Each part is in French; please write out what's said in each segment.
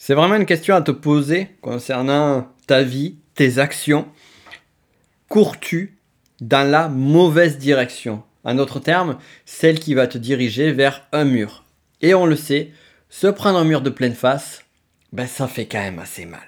C'est vraiment une question à te poser concernant ta vie, tes actions. Cours-tu dans la mauvaise direction? En d'autres termes, celle qui va te diriger vers un mur. Et on le sait, se prendre un mur de pleine face, ça fait quand même assez mal.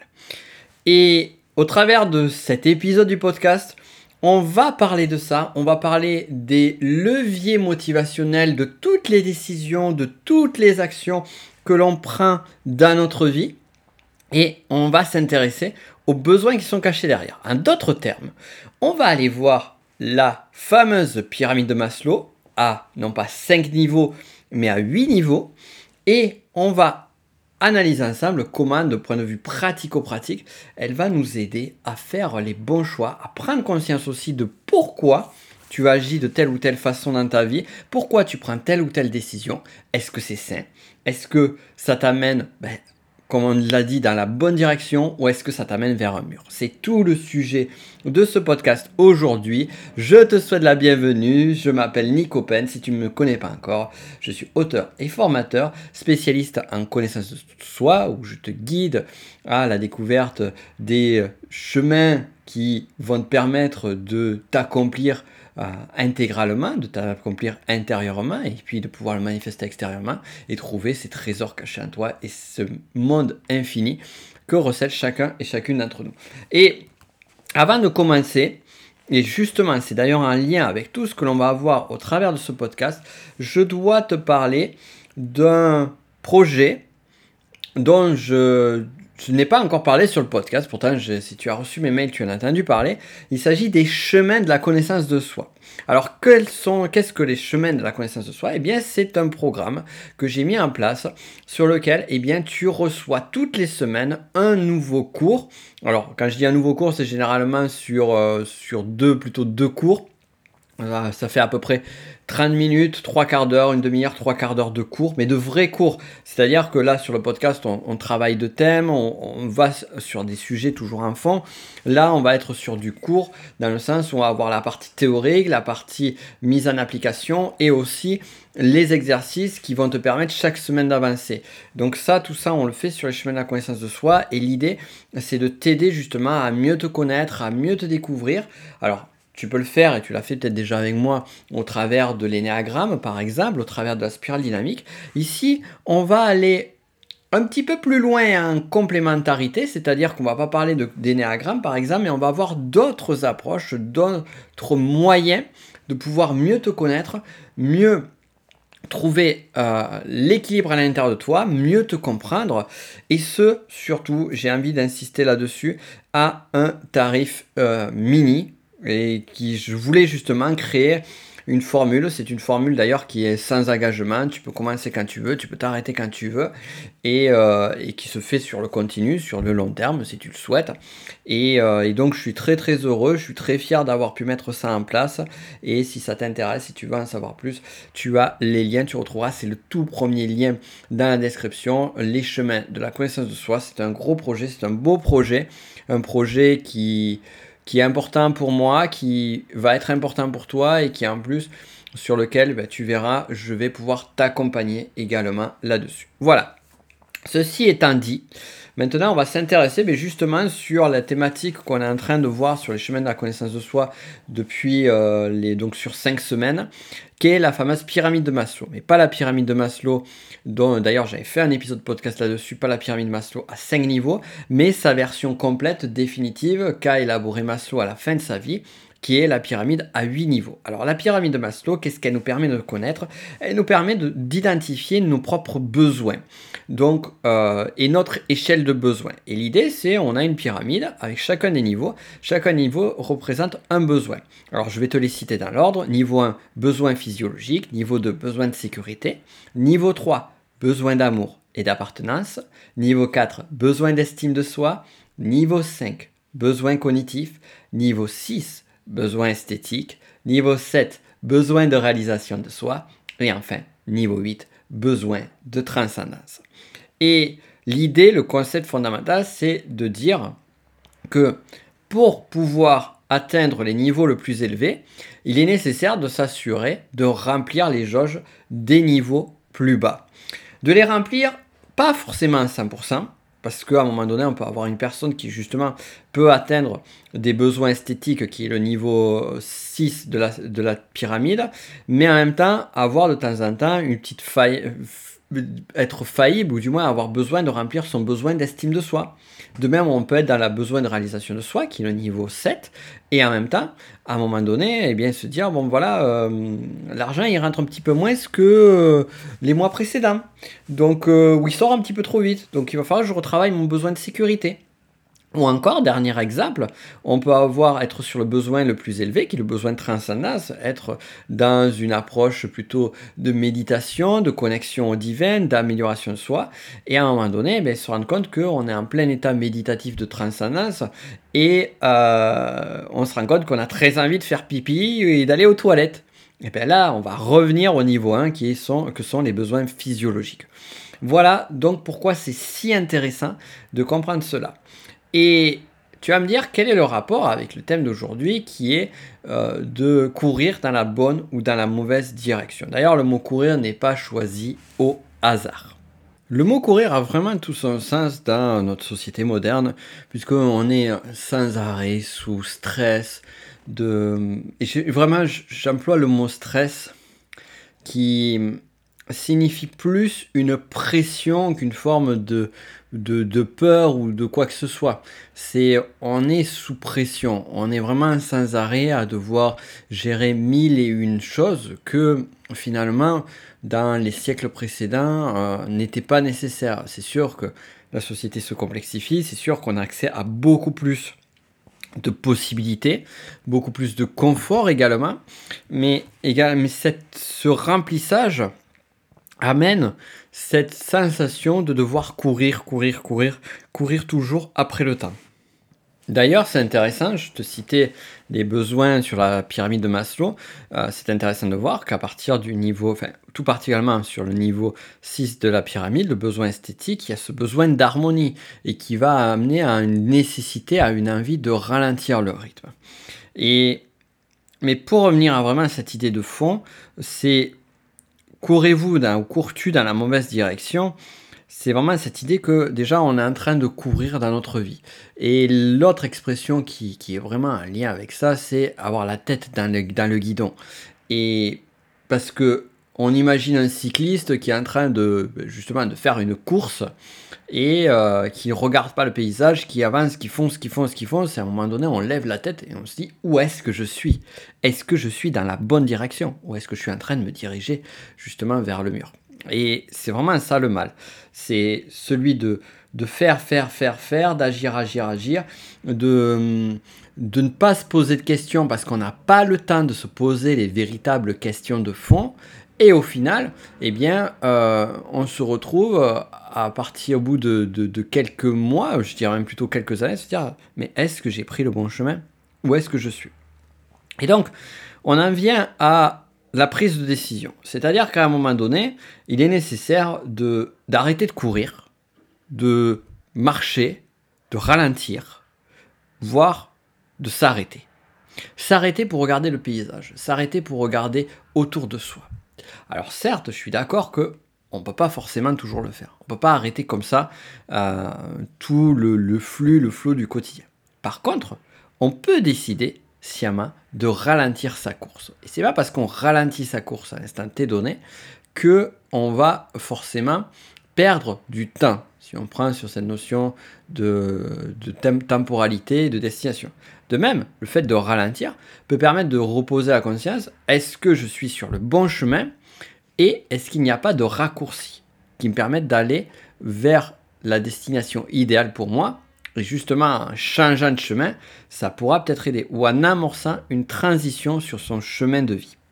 Et au travers de cet épisode du podcast, on va parler de ça, on va parler des leviers motivationnels de toutes les décisions, de toutes les actions que l'on prend dans notre vie. Et on va s'intéresser aux besoins qui sont cachés derrière. En d'autres termes, on va aller voir la fameuse pyramide de Maslow à non pas 5 niveaux, mais à 8 niveaux. Et on va analyser ensemble comment, de point de vue pratico-pratique, elle va nous aider à faire les bons choix, à prendre conscience aussi de pourquoi tu agis de telle ou telle façon dans ta vie, pourquoi tu prends telle ou telle décision. Est-ce que c'est sain? Est-ce que ça t'amène comme on l'a dit, dans la bonne direction, ou est-ce que ça t'amène vers un mur? C'est tout le sujet de ce podcast aujourd'hui. Je te souhaite la bienvenue. Je m'appelle Nico Pen. Si tu ne me connais pas encore, je suis auteur et formateur, spécialiste en connaissance de soi, où je te guide à la découverte des chemins qui vont te permettre de t'accomplir intégralement, de t'accomplir intérieurement et puis de pouvoir le manifester extérieurement et trouver ces trésors cachés en toi et ce monde infini que recèle chacun et chacune d'entre nous. Et avant de commencer, et justement c'est d'ailleurs en lien avec tout ce que l'on va avoir au travers de ce podcast, je dois te parler d'un projet dont je n'ai pas encore parlé sur le podcast, pourtant si tu as reçu mes mails, tu en as entendu parler. Il s'agit des chemins de la connaissance de soi. Alors qu'est-ce que les chemins de la connaissance de soi? Eh bien c'est un programme que j'ai mis en place sur lequel tu reçois toutes les semaines un nouveau cours. Alors quand je dis un nouveau cours, c'est généralement sur deux cours. Ça fait à peu près 30 minutes, 3 quarts d'heure, une demi-heure, 3 quarts d'heure de cours, mais de vrais cours. C'est-à-dire que là, sur le podcast, on travaille de thèmes, on va sur des sujets toujours en fond. Là, on va être sur du cours, dans le sens où on va avoir la partie théorique, la partie mise en application, et aussi les exercices qui vont te permettre chaque semaine d'avancer. Donc tout ça, on le fait sur les chemins de la connaissance de soi, et l'idée, c'est de t'aider justement à mieux te connaître, à mieux te découvrir. Alors, tu peux le faire, et tu l'as fait peut-être déjà avec moi, au travers de l'énéagramme, par exemple, au travers de la spirale dynamique. Ici, on va aller un petit peu plus loin en complémentarité, c'est-à-dire qu'on ne va pas parler d'énéagramme, par exemple, mais on va avoir d'autres approches, d'autres moyens de pouvoir mieux te connaître, mieux trouver l'équilibre à l'intérieur de toi, mieux te comprendre, et ce, surtout, j'ai envie d'insister là-dessus, à un tarif mini, et je voulais justement créer une formule. C'est une formule d'ailleurs qui est sans engagement. Tu peux commencer quand tu veux, tu peux t'arrêter quand tu veux, et qui se fait sur le continu, sur le long terme si tu le souhaites. Et donc je suis très très heureux, je suis très fier d'avoir pu mettre ça en place. Et si ça t'intéresse, si tu veux en savoir plus, tu as les liens, tu retrouveras, c'est le tout premier lien dans la description, les chemins de la connaissance de soi. C'est un gros projet, c'est un beau projet, un projet qui est important pour moi, qui va être important pour toi et qui en plus sur lequel tu verras, je vais pouvoir t'accompagner également là-dessus. Voilà. Ceci étant dit, maintenant on va s'intéresser justement sur la thématique qu'on est en train de voir sur les chemins de la connaissance de soi depuis donc sur 5 semaines, qui est la fameuse pyramide de Maslow. Mais pas la pyramide de Maslow, dont d'ailleurs j'avais fait un épisode podcast là-dessus, pas la pyramide de Maslow à 5 niveaux, mais sa version complète, définitive, qu'a élaboré Maslow à la fin de sa vie, qui est la pyramide à 8 niveaux. Alors la pyramide de Maslow, qu'est-ce qu'elle nous permet de connaître? Elle nous permet d'identifier nos propres besoins, donc, et notre échelle de besoins. Et l'idée, c'est on a une pyramide avec chacun des niveaux. Chacun niveau représente un besoin. Alors je vais te les citer dans l'ordre. Niveau 1, besoin physiologique. Niveau 2, besoin de sécurité. Niveau 3, besoin d'amour et d'appartenance. Niveau 4, besoin d'estime de soi. Niveau 5, besoin cognitif. Niveau 6, besoin esthétique. Niveau 7, besoin de réalisation de soi. Et enfin, niveau 8, besoin de transcendance. Et l'idée, le concept fondamental, c'est de dire que pour pouvoir atteindre les niveaux les plus élevés, il est nécessaire de s'assurer de remplir les jauges des niveaux plus bas. De les remplir, pas forcément à 100%, parce qu'à un moment donné, on peut avoir une personne qui justement peut atteindre des besoins esthétiques, qui est le niveau 6 de la pyramide, mais en même temps avoir de temps en temps une petite faille, être faillible, ou du moins avoir besoin de remplir son besoin d'estime de soi. De même, on peut être dans le besoin de réalisation de soi, qui est le niveau 7, et en même temps, à un moment donné, eh bien, se dire, bon voilà, l'argent il rentre un petit peu moins que les mois précédents, donc ou il sort un petit peu trop vite, donc il va falloir que je retravaille mon besoin de sécurité. Ou encore, dernier exemple, on peut être sur le besoin le plus élevé, qui est le besoin de transcendance, être dans une approche plutôt de méditation, de connexion au divin, d'amélioration de soi, et à un moment donné, se rendre compte qu'on est en plein état méditatif de transcendance, et on se rend compte qu'on a très envie de faire pipi et d'aller aux toilettes. Et bien là, on va revenir au niveau 1, que sont les besoins physiologiques. Voilà donc pourquoi c'est si intéressant de comprendre cela. Et tu vas me dire quel est le rapport avec le thème d'aujourd'hui qui est de courir dans la bonne ou dans la mauvaise direction. D'ailleurs, le mot courir n'est pas choisi au hasard. Le mot courir a vraiment tout son sens dans notre société moderne, puisqu'on est sans arrêt sous stress. Vraiment, j'emploie le mot stress qui signifie plus une pression qu'une forme de peur ou de quoi que ce soit. On est sous pression, on est vraiment sans arrêt à devoir gérer 1001 choses que finalement dans les siècles précédents n'étaient pas nécessaires. C'est sûr que la société se complexifie, c'est sûr qu'on a accès à beaucoup plus de possibilités, beaucoup plus de confort également, mais ce remplissage amène cette sensation de devoir courir toujours après le temps. D'ailleurs, c'est intéressant, je te citais les besoins sur la pyramide de Maslow, c'est intéressant de voir qu'à partir du niveau, tout particulièrement sur le niveau 6 de la pyramide, le besoin esthétique, il y a ce besoin d'harmonie et qui va amener à une nécessité, à une envie de ralentir le rythme. Mais pour revenir vraiment à cette idée de fond, c'est cours-tu dans la mauvaise direction? C'est vraiment cette idée que déjà on est en train de courir dans notre vie. Et l'autre expression qui est vraiment en lien avec ça, c'est avoir la tête dans le guidon. Et parce que on imagine un cycliste qui est en train justement de faire une course et qui ne regarde pas le paysage, qui avance, qui fonce. Et à un moment donné, on lève la tête et on se dit, où est-ce que je suis? Est-ce que je suis dans la bonne direction? Ou est-ce que je suis en train de me diriger justement vers le mur? Et c'est vraiment ça le mal. C'est celui de faire, d'agir, de ne pas se poser de questions parce qu'on n'a pas le temps de se poser les véritables questions de fond. Et au final, on se retrouve à partir au bout de quelques mois, je dirais même plutôt quelques années, se dire, mais est-ce que j'ai pris le bon chemin? Où est-ce que je suis? Et donc, on en vient à la prise de décision. C'est-à-dire qu'à un moment donné, il est nécessaire d'arrêter de courir, de marcher, de ralentir, voire de s'arrêter. S'arrêter pour regarder le paysage, s'arrêter pour regarder autour de soi. Alors certes, je suis d'accord que on ne peut pas forcément toujours le faire. On ne peut pas arrêter comme ça tout le flot du quotidien. Par contre, on peut décider sciemment de ralentir sa course. Et c'est pas parce qu'on ralentit sa course à l'instant T donné que on va forcément perdre du temps, si on prend sur cette notion de temporalité et de destination. De même, le fait de ralentir peut permettre de reposer la conscience, est-ce que je suis sur le bon chemin et est-ce qu'il n'y a pas de raccourci qui me permettent d'aller vers la destination idéale pour moi? Et justement, en changeant de chemin, ça pourra peut-être aider, ou en amorçant une transition sur son chemin de vie.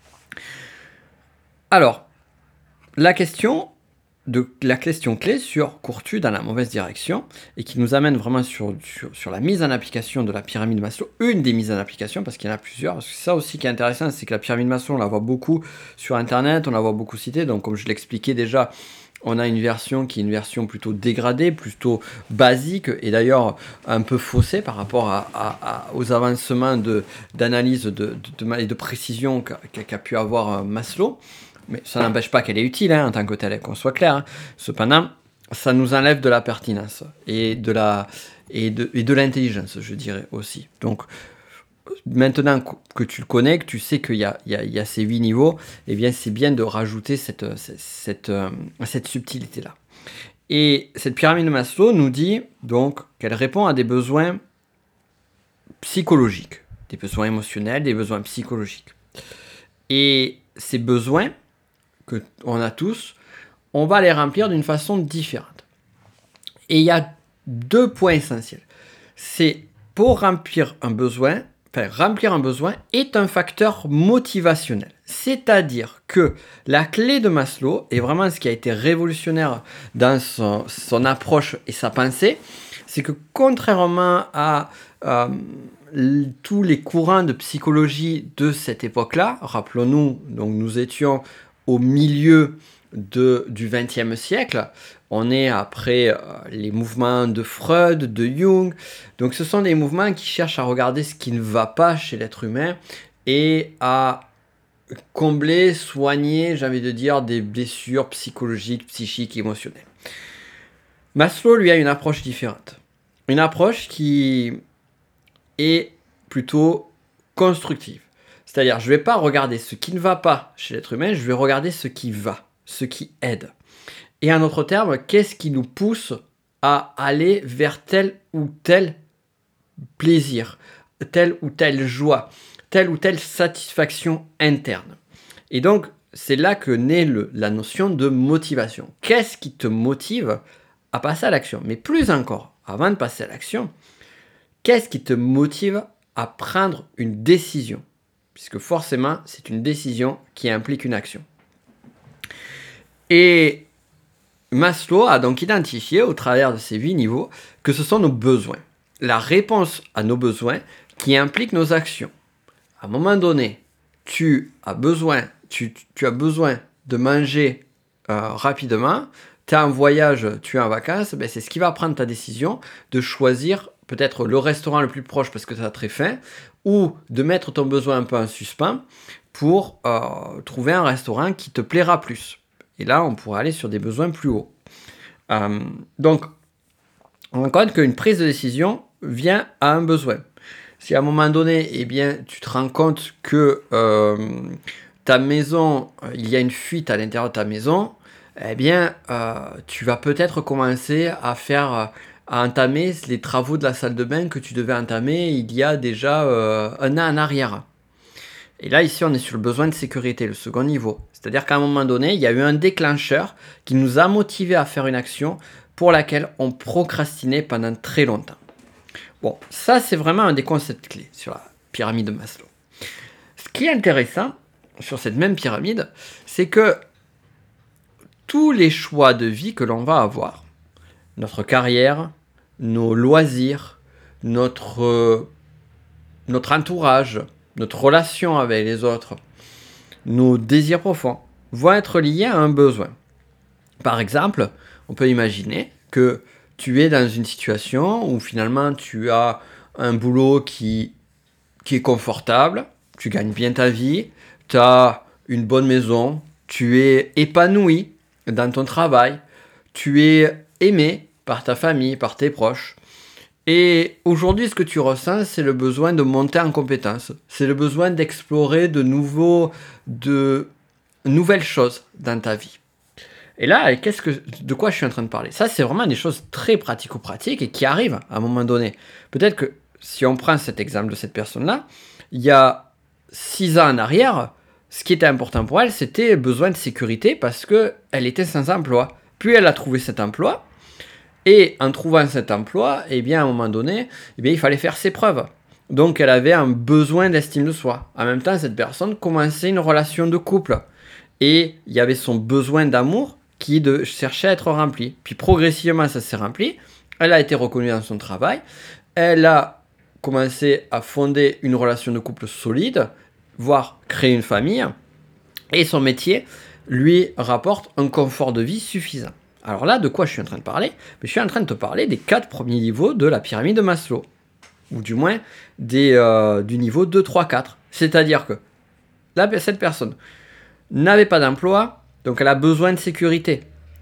Alors, la question clé sur cours-tu dans la mauvaise direction, et qui nous amène vraiment sur la mise en application de la pyramide Maslow, une des mises en application, parce qu'il y en a plusieurs, parce que c'est ça aussi qui est intéressant, c'est que la pyramide Maslow, on la voit beaucoup sur Internet, on la voit beaucoup citée, donc comme je l'expliquais déjà, on a une version qui est une version plutôt dégradée, plutôt basique, et d'ailleurs un peu faussée par rapport aux avancements d'analyse et de précision qu'a pu avoir Maslow. Mais ça n'empêche pas qu'elle est utile en tant que telle, qu'on soit clair. Cependant, ça nous enlève de la pertinence et de l'intelligence, je dirais aussi. Donc, maintenant que tu le connais, que tu sais qu'il y a ces 8 niveaux, eh bien, c'est bien de rajouter cette subtilité-là. Et cette pyramide de Maslow nous dit donc qu'elle répond à des besoins psychologiques, des besoins émotionnels, des besoins psychologiques. Et ces besoins qu'on a tous, on va les remplir d'une façon différente. Et il y a 2 points essentiels. C'est pour remplir un besoin est un facteur motivationnel. C'est-à-dire que la clé de Maslow, et vraiment ce qui a été révolutionnaire dans son approche et sa pensée, c'est que contrairement à tous les courants de psychologie de cette époque-là, rappelons-nous, donc nous étions au milieu du XXe siècle, on est après les mouvements de Freud, de Jung, donc ce sont des mouvements qui cherchent à regarder ce qui ne va pas chez l'être humain et à combler, soigner, j'ai envie de dire, des blessures psychologiques, psychiques, émotionnelles. Maslow, lui, a une approche différente. Une approche qui est plutôt constructive. C'est-à-dire, je ne vais pas regarder ce qui ne va pas chez l'être humain, je vais regarder ce qui va, ce qui aide. Et en d'autres termes, qu'est-ce qui nous pousse à aller vers tel ou tel plaisir, telle ou telle joie, telle ou telle satisfaction interne. Et donc, c'est là que naît la notion de motivation. Qu'est-ce qui te motive à passer à l'action? Mais plus encore, avant de passer à l'action, qu'est-ce qui te motive à prendre une décision? Puisque forcément, c'est une décision qui implique une action. Et Maslow a donc identifié au travers de ces 8 niveaux que ce sont nos besoins. La réponse à nos besoins qui implique nos actions. À un moment donné, tu as besoin de manger rapidement, tu es en voyage, tu es en vacances, ben c'est ce qui va prendre ta décision de choisir peut-être le restaurant le plus proche parce que tu as très faim, ou de mettre ton besoin un peu en suspens pour trouver un restaurant qui te plaira plus. Et là, on pourrait aller sur des besoins plus hauts. Donc, on rend compte qu'une prise de décision vient à un besoin. Si à un moment donné, eh bien, tu te rends compte que ta maison, il y a une fuite à l'intérieur de ta maison, eh bien, tu vas peut-être commencer à entamer les travaux de la salle de bain que tu devais entamer il y a déjà un an en arrière. Et là, ici, on est sur le besoin de sécurité, le second niveau. C'est-à-dire qu'à un moment donné, il y a eu un déclencheur qui nous a motivés à faire une action pour laquelle on procrastinait pendant très longtemps. Bon, ça, c'est vraiment un des concepts clés sur la pyramide de Maslow. Ce qui est intéressant sur cette même pyramide, c'est que tous les choix de vie que l'on va avoir, notre carrière, nos loisirs, notre entourage, notre relation avec les autres, nos désirs profonds, vont être liés à un besoin. Par exemple, on peut imaginer que tu es dans une situation où finalement tu as un boulot qui est confortable, tu gagnes bien ta vie, tu as une bonne maison, tu es épanoui dans ton travail, tu es aimé par ta famille, par tes proches. Et aujourd'hui, ce que tu ressens, c'est le besoin de monter en compétence. C'est le besoin d'explorer de nouvelles choses dans ta vie. Et là, de quoi je suis en train de parler? Ça, c'est vraiment des choses très pratico-pratiques et qui arrivent à un moment donné. Peut-être que si on prend cet exemple de cette personne-là, il y a 6 ans en arrière, ce qui était important pour elle, c'était le besoin de sécurité parce qu'elle était sans emploi. Puis elle a trouvé cet emploi. Et en trouvant cet emploi, eh bien, à un moment donné, eh bien, il fallait faire ses preuves. Donc, elle avait un besoin d'estime de soi. En même temps, cette personne commençait une relation de couple. Et il y avait son besoin d'amour qui cherchait à être rempli. Puis, progressivement, ça s'est rempli. Elle a été reconnue dans son travail. Elle a commencé à fonder une relation de couple solide, voire créer une famille. Et son métier lui rapporte un confort de vie suffisant. Alors là, de quoi je suis en train de parler? Je suis en train de te parler des 4 premiers niveaux de la pyramide de Maslow. Ou du moins du niveau 2, 3, 4. C'est-à-dire que cette personne n'avait pas d'emploi, donc elle a besoin de sécurité.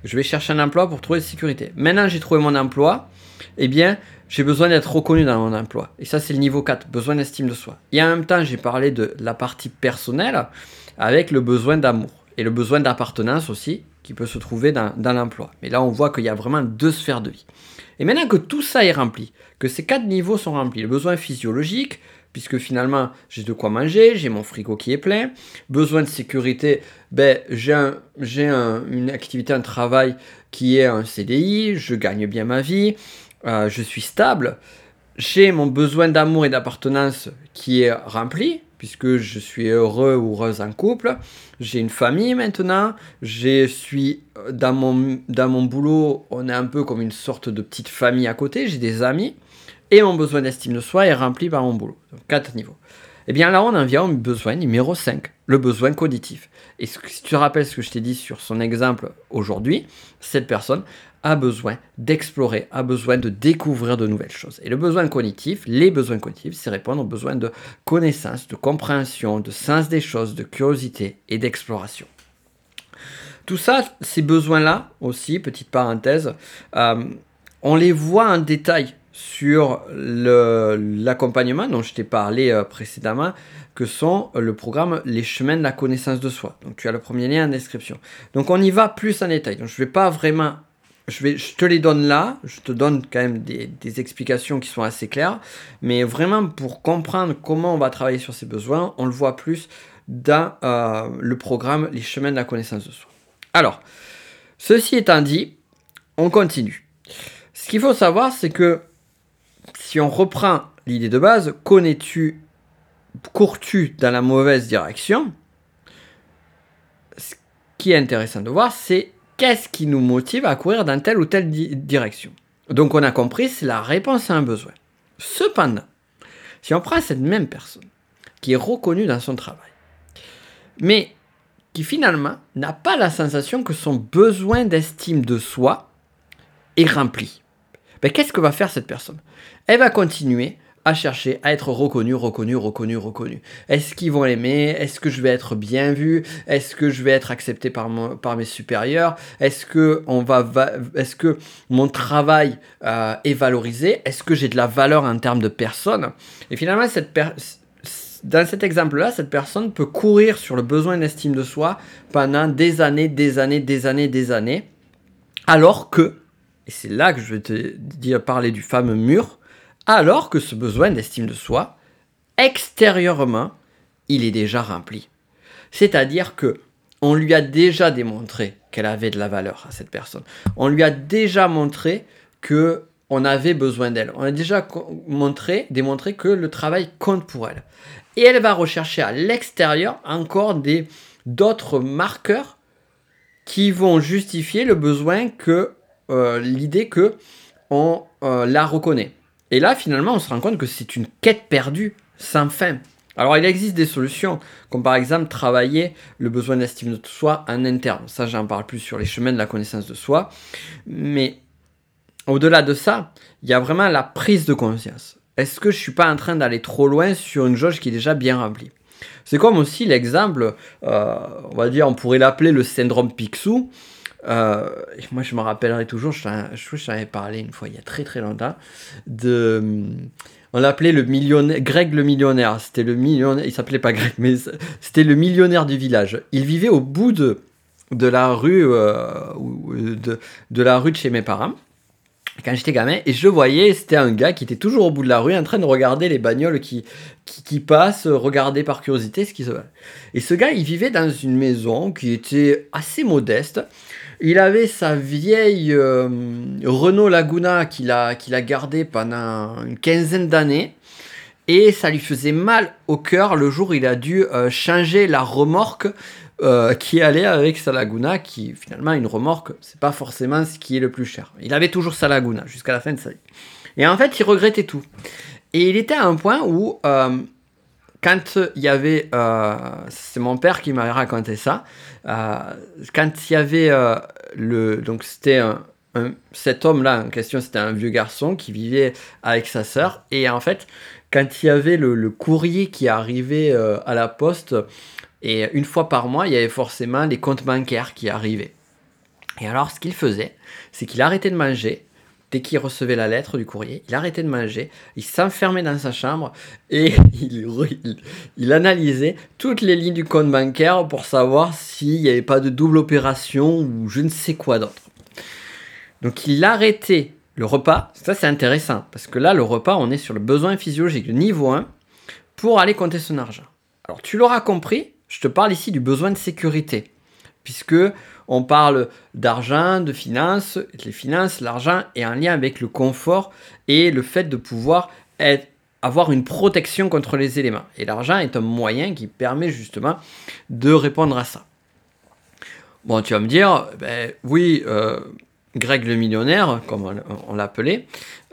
Je vais chercher un emploi pour trouver de sécurité. Maintenant, j'ai trouvé mon emploi. Eh bien, j'ai besoin d'être reconnu dans mon emploi. Et ça, c'est le niveau 4, besoin d'estime de soi. Et en même temps, j'ai parlé de la partie personnelle avec le besoin d'amour. Et le besoin d'appartenance aussi, qui peut se trouver dans l'emploi. Mais là, on voit qu'il y a vraiment 2 sphères de vie. Et maintenant que tout ça est rempli, que ces 4 niveaux sont remplis, le besoin physiologique, puisque finalement j'ai de quoi manger, j'ai mon frigo qui est plein, besoin de sécurité, j'ai une activité, un travail qui est un CDI, je gagne bien ma vie, je suis stable, j'ai mon besoin d'amour et d'appartenance qui est rempli, puisque je suis heureux ou heureuse en couple, j'ai une famille maintenant, je suis dans mon boulot, on est un peu comme une sorte de petite famille à côté, j'ai des amis, et mon besoin d'estime de soi est rempli par mon boulot. Donc 4 niveaux. Et bien là, on en vient au besoin numéro 5, le besoin cognitif. Et si tu te rappelles ce que je t'ai dit sur son exemple aujourd'hui, cette personne a besoin d'explorer, a besoin de découvrir de nouvelles choses. Et le besoin cognitif, les besoins cognitifs, c'est répondre aux besoins de connaissance, de compréhension, de sens des choses, de curiosité et d'exploration. Tout ça, ces besoins-là aussi, petite parenthèse, on les voit en détail sur l'accompagnement dont je t'ai parlé précédemment, que sont le programme Les chemins de la connaissance de soi. Donc tu as le premier lien en description. Donc on y va plus en détail. Donc je vais pas vraiment... Je te les donne là, je te donne quand même des explications qui sont assez claires, mais vraiment pour comprendre comment on va travailler sur ces besoins, on le voit plus dans le programme Les chemins de la connaissance de soi. Alors, ceci étant dit, on continue. Ce qu'il faut savoir, c'est que si on reprend l'idée de base, cours-tu dans la mauvaise direction? Ce qui est intéressant de voir, c'est qu'est-ce qui nous motive à courir dans telle ou telle direction. Donc on a compris, c'est la réponse à un besoin. Cependant, si on prend cette même personne qui est reconnue dans son travail, mais qui finalement n'a pas la sensation que son besoin d'estime de soi est rempli, qu'est-ce que va faire cette personne? Elle va continuer à chercher à être reconnue. Est-ce qu'ils vont l'aimer? Est-ce que je vais être bien vu? Est-ce que je vais être accepté par mes supérieurs? Est-ce que mon travail est valorisé? Est-ce que j'ai de la valeur en termes de personne? Et finalement, dans cet exemple-là, cette personne peut courir sur le besoin d'estime de soi pendant des années, alors que, et c'est là que je vais parler du fameux mur, alors que ce besoin d'estime de soi, extérieurement, il est déjà rempli. C'est-à-dire que on lui a déjà démontré qu'elle avait de la valeur à cette personne. On lui a déjà montré que on avait besoin d'elle. On a déjà démontré que le travail compte pour elle. Et elle va rechercher à l'extérieur encore d'autres marqueurs qui vont justifier le besoin l'idée que on la reconnaît. Et là, finalement, on se rend compte que c'est une quête perdue sans fin. Alors, il existe des solutions, comme par exemple travailler le besoin d'estime de soi en interne. Ça, j'en parle plus sur les chemins de la connaissance de soi. Mais au-delà de ça, il y a vraiment la prise de conscience. Est-ce que je ne suis pas en train d'aller trop loin sur une jauge qui est déjà bien remplie? C'est comme aussi l'exemple, on va dire, on pourrait l'appeler le syndrome Picsou. Moi, je me rappellerai toujours, je crois que je t'en avais parlé une fois, il y a très très longtemps, on l'appelait le millionnaire, Greg le millionnaire. C'était le millionnaire, il s'appelait pas Greg, mais c'était le millionnaire du village. Il vivait au bout de la rue, de la rue de chez mes parents, quand j'étais gamin, et je voyais, c'était un gars qui était toujours au bout de la rue en train de regarder les bagnoles qui passent, regarder par curiosité ce qui se passe. Et ce gars, il vivait dans une maison qui était assez modeste. Il avait sa vieille Renault Laguna qu'il a gardée pendant une quinzaine d'années. Et ça lui faisait mal au cœur le jour où il a dû changer la remorque qui allait avec sa Laguna, qui finalement une remorque, c'est pas forcément ce qui est le plus cher. Il avait toujours sa Laguna jusqu'à la fin de sa vie. Et en fait, il regrettait tout. Et il était à un point où, quand il y avait, c'est mon père qui m'avait raconté ça, quand il y avait donc c'était cet homme-là en question, c'était un vieux garçon qui vivait avec sa sœur, et en fait, quand il y avait le courrier qui arrivait à la poste, et une fois par mois, il y avait forcément les comptes bancaires qui arrivaient. Et alors, ce qu'il faisait, c'est qu'il arrêtait de manger. Dès qu'il recevait la lettre du courrier, il arrêtait de manger, il s'enfermait dans sa chambre et il analysait toutes les lignes du compte bancaire pour savoir s'il n'y avait pas de double opération ou je ne sais quoi d'autre. Donc il arrêtait le repas, ça c'est intéressant, parce que là le repas on est sur le besoin physiologique, le niveau 1, pour aller compter son argent. Alors tu l'auras compris, je te parle ici du besoin de sécurité, puisque on parle d'argent, de finances, les finances, l'argent est en lien avec le confort et le fait de pouvoir avoir une protection contre les éléments. Et l'argent est un moyen qui permet justement de répondre à ça. Bon, tu vas me dire, oui, Greg le millionnaire, comme on l'appelait,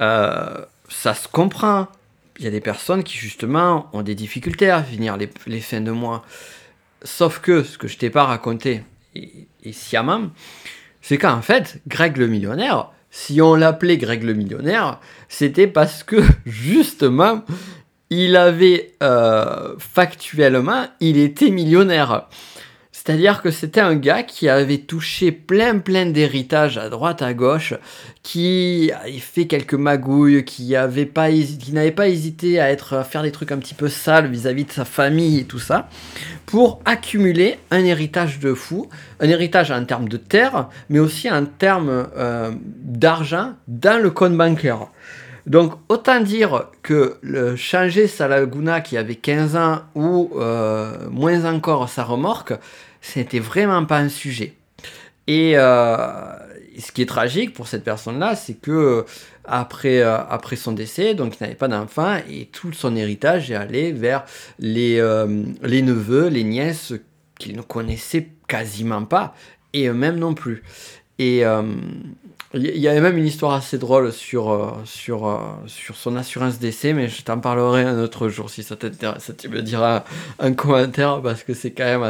ça se comprend. Il y a des personnes qui justement ont des difficultés à finir les fins de mois. Sauf que ce que je t'ai pas raconté, et sciemment, c'est qu'en fait, Greg le millionnaire, si on l'appelait Greg le millionnaire, c'était parce que justement, il avait factuellement, il était millionnaire. C'est-à-dire que c'était un gars qui avait touché plein d'héritages à droite à gauche, qui avait fait quelques magouilles, qui n'avait pas hésité à faire des trucs un petit peu sales vis-à-vis de sa famille et tout ça, pour accumuler un héritage de fou, un héritage en termes de terre, mais aussi en termes d'argent dans le compte bancaire. Donc, autant dire que changer sa Laguna qui avait 15 ans ou moins encore sa remorque, c'était vraiment pas un sujet. Et ce qui est tragique pour cette personne-là, c'est que après son décès, donc il n'avait pas d'enfant et tout son héritage est allé vers les neveux, les nièces qu'il ne connaissait quasiment pas et eux-mêmes non plus. Et il y avait même une histoire assez drôle sur son assurance décès, mais je t'en parlerai un autre jour si ça t'intéresse. Tu me diras un commentaire parce que c'est quand même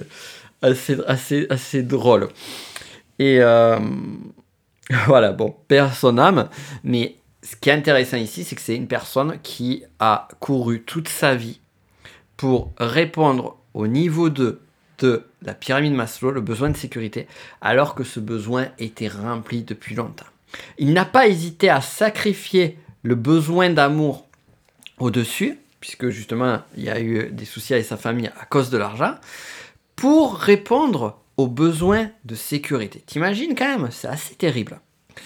assez drôle. Et voilà, bon, paix à son âme. Mais ce qui est intéressant ici, c'est que c'est une personne qui a couru toute sa vie pour répondre au niveau 2 de la pyramide Maslow, le besoin de sécurité, alors que ce besoin était rempli depuis longtemps. Il n'a pas hésité à sacrifier le besoin d'amour au-dessus, puisque justement il y a eu des soucis avec sa famille à cause de l'argent, pour répondre aux besoins de sécurité. T'imagines quand même, c'est assez terrible.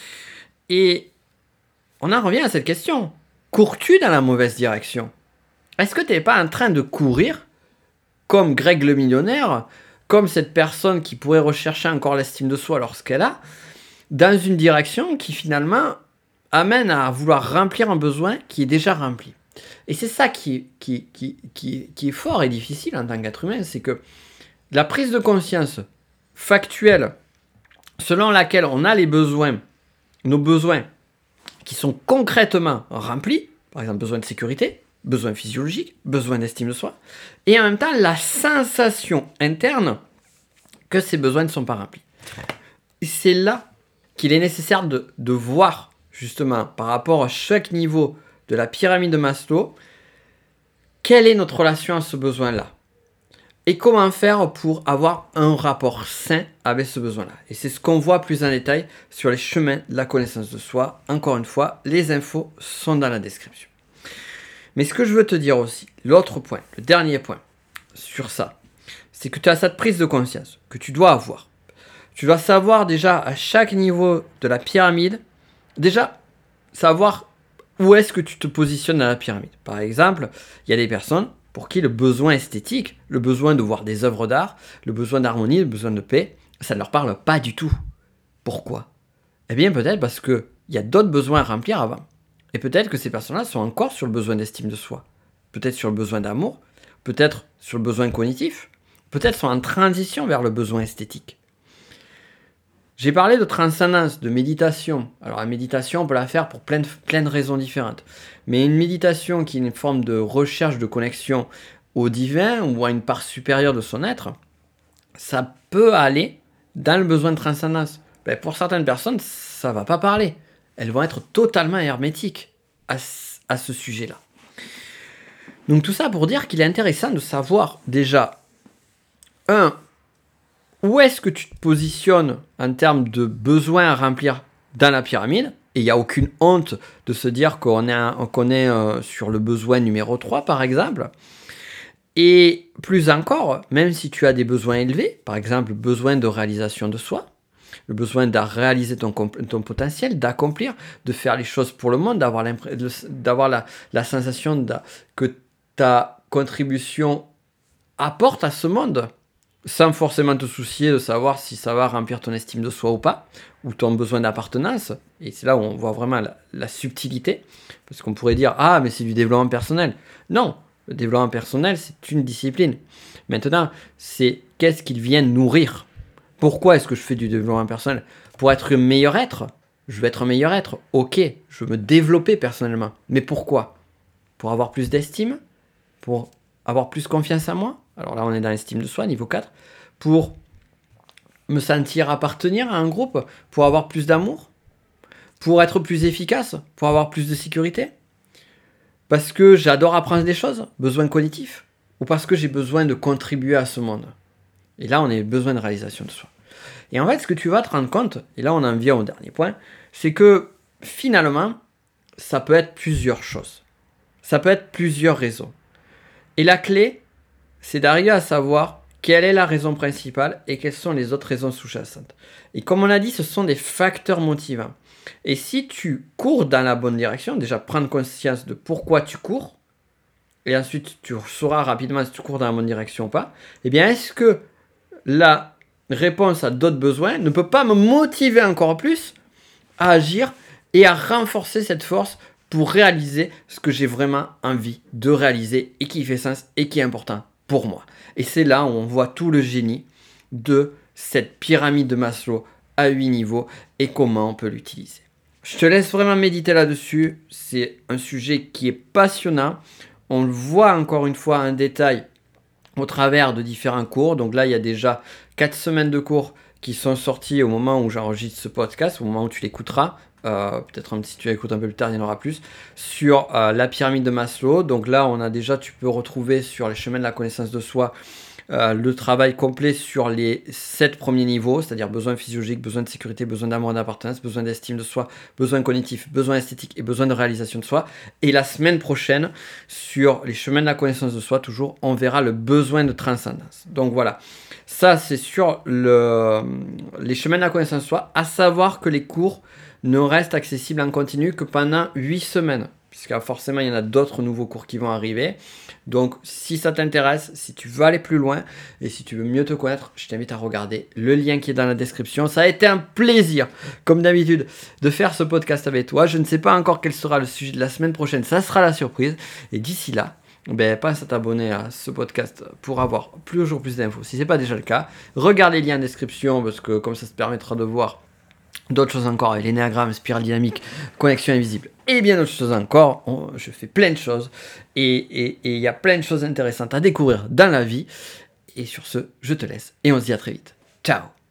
Et on en revient à cette question. Cours-tu dans la mauvaise direction ? Est-ce que tu n'es pas en train de courir comme Greg le millionnaire, comme cette personne qui pourrait rechercher encore l'estime de soi lorsqu'elle a, dans une direction qui finalement amène à vouloir remplir un besoin qui est déjà rempli. Et c'est ça qui est fort et difficile en tant qu'être humain, c'est que la prise de conscience factuelle selon laquelle on a les besoins, nos besoins qui sont concrètement remplis, par exemple besoin de sécurité, besoin physiologique, besoin d'estime de soi, et en même temps la sensation interne que ces besoins ne sont pas remplis. Et c'est là qu'il est nécessaire de voir justement par rapport à chaque niveau de la pyramide de Maslow, quelle est notre relation à ce besoin-là et comment faire pour avoir un rapport sain avec ce besoin-là. Et c'est ce qu'on voit plus en détail sur les chemins de la connaissance de soi. Encore une fois, les infos sont dans la description. Mais ce que je veux te dire aussi, l'autre point, le dernier point sur ça, c'est que tu as cette prise de conscience que tu dois avoir. Tu dois savoir déjà à chaque niveau de la pyramide, déjà savoir où est-ce que tu te positionnes dans la pyramide. Par exemple, il y a des personnes pour qui le besoin esthétique, le besoin de voir des œuvres d'art, le besoin d'harmonie, le besoin de paix, ça ne leur parle pas du tout. Pourquoi ? Eh bien peut-être parce qu'il y a d'autres besoins à remplir avant. Et peut-être que ces personnes-là sont encore sur le besoin d'estime de soi, peut-être sur le besoin d'amour, peut-être sur le besoin cognitif, peut-être sont en transition vers le besoin esthétique. J'ai parlé de transcendance, de méditation. Alors la méditation, on peut la faire pour plein de raisons différentes. Mais une méditation qui est une forme de recherche de connexion au divin ou à une part supérieure de son être, ça peut aller dans le besoin de transcendance. Ben, pour certaines personnes, ça ne va pas parler. Elles vont être totalement hermétiques à ce sujet-là. Donc tout ça pour dire qu'il est intéressant de savoir déjà, où est-ce que tu te positionnes en termes de besoins à remplir dans la pyramide. Et il n'y a aucune honte de se dire qu'on est sur le besoin numéro 3, par exemple. Et plus encore, même si tu as des besoins élevés, par exemple, besoin de réalisation de soi, le besoin de réaliser ton potentiel, d'accomplir, de faire les choses pour le monde, d'avoir la sensation que ta contribution apporte à ce monde, sans forcément te soucier de savoir si ça va remplir ton estime de soi ou pas, ou ton besoin d'appartenance. Et c'est là où on voit vraiment la subtilité, parce qu'on pourrait dire « Ah, mais c'est du développement personnel ». Non, le développement personnel, c'est une discipline. Maintenant, c'est qu'est-ce qu'il vient nourrir. Pourquoi est-ce que je fais du développement personnel? Pour être un meilleur être. Je veux être un meilleur être. Ok, je veux me développer personnellement. Mais pourquoi? Pour avoir plus d'estime? Pour avoir plus confiance en moi? Alors là, on est dans l'estime de soi, niveau 4. Pour me sentir appartenir à un groupe? Pour avoir plus d'amour? Pour être plus efficace? Pour avoir plus de sécurité? Parce que j'adore apprendre des choses? Besoin cognitif? Ou parce que j'ai besoin de contribuer à ce monde? Et là, on a besoin de réalisation de soi. Et en fait, ce que tu vas te rendre compte, et là on en vient au dernier point, c'est que finalement, ça peut être plusieurs choses. Ça peut être plusieurs raisons. Et la clé, c'est d'arriver à savoir quelle est la raison principale et quelles sont les autres raisons sous-jacentes. Et comme on a dit, ce sont des facteurs motivants. Et si tu cours dans la bonne direction, déjà prendre conscience de pourquoi tu cours, et ensuite tu sauras rapidement si tu cours dans la bonne direction ou pas, eh bien est-ce que la réponse à d'autres besoins ne peut pas me motiver encore plus à agir et à renforcer cette force pour réaliser ce que j'ai vraiment envie de réaliser et qui fait sens et qui est important pour moi. Et c'est là où on voit tout le génie de cette pyramide de Maslow à 8 niveaux et comment on peut l'utiliser. Je te laisse vraiment méditer là-dessus. C'est un sujet qui est passionnant. On le voit encore une fois en détail au travers de différents cours. Donc là, il y a déjà 4 semaines de cours qui sont sortis au moment où j'enregistre ce podcast, au moment où tu l'écouteras. Peut-être si tu l'écoutes un peu plus tard, il y en aura plus. Sur la pyramide de Maslow. Donc là, tu peux retrouver sur les chemins de la connaissance de soi le travail complet sur les 7 premiers niveaux, c'est-à-dire besoin physiologique, besoin de sécurité, besoin d'amour et d'appartenance, besoin d'estime de soi, besoin cognitif, besoin esthétique et besoin de réalisation de soi. Et la semaine prochaine, sur les chemins de la connaissance de soi, toujours, on verra le besoin de transcendance. Donc voilà, ça c'est sur les chemins de la connaissance de soi, à savoir que les cours ne restent accessibles en continu que pendant 8 semaines. Puisque forcément, il y en a d'autres nouveaux cours qui vont arriver. Donc, si ça t'intéresse, si tu veux aller plus loin et si tu veux mieux te connaître, je t'invite à regarder le lien qui est dans la description. Ça a été un plaisir, comme d'habitude, de faire ce podcast avec toi. Je ne sais pas encore quel sera le sujet de la semaine prochaine. Ça sera la surprise. Et d'ici là, pense à t'abonner à ce podcast pour avoir toujours plus d'infos. Si ce n'est pas déjà le cas, regarde les liens en description parce que comme ça te permettra de voir d'autres choses encore avec l'énéagramme, spirale dynamique, connexion invisible et bien d'autres choses encore. Je fais plein de choses et il y a plein de choses intéressantes à découvrir dans la vie. Et sur ce, je te laisse et on se dit à très vite. Ciao!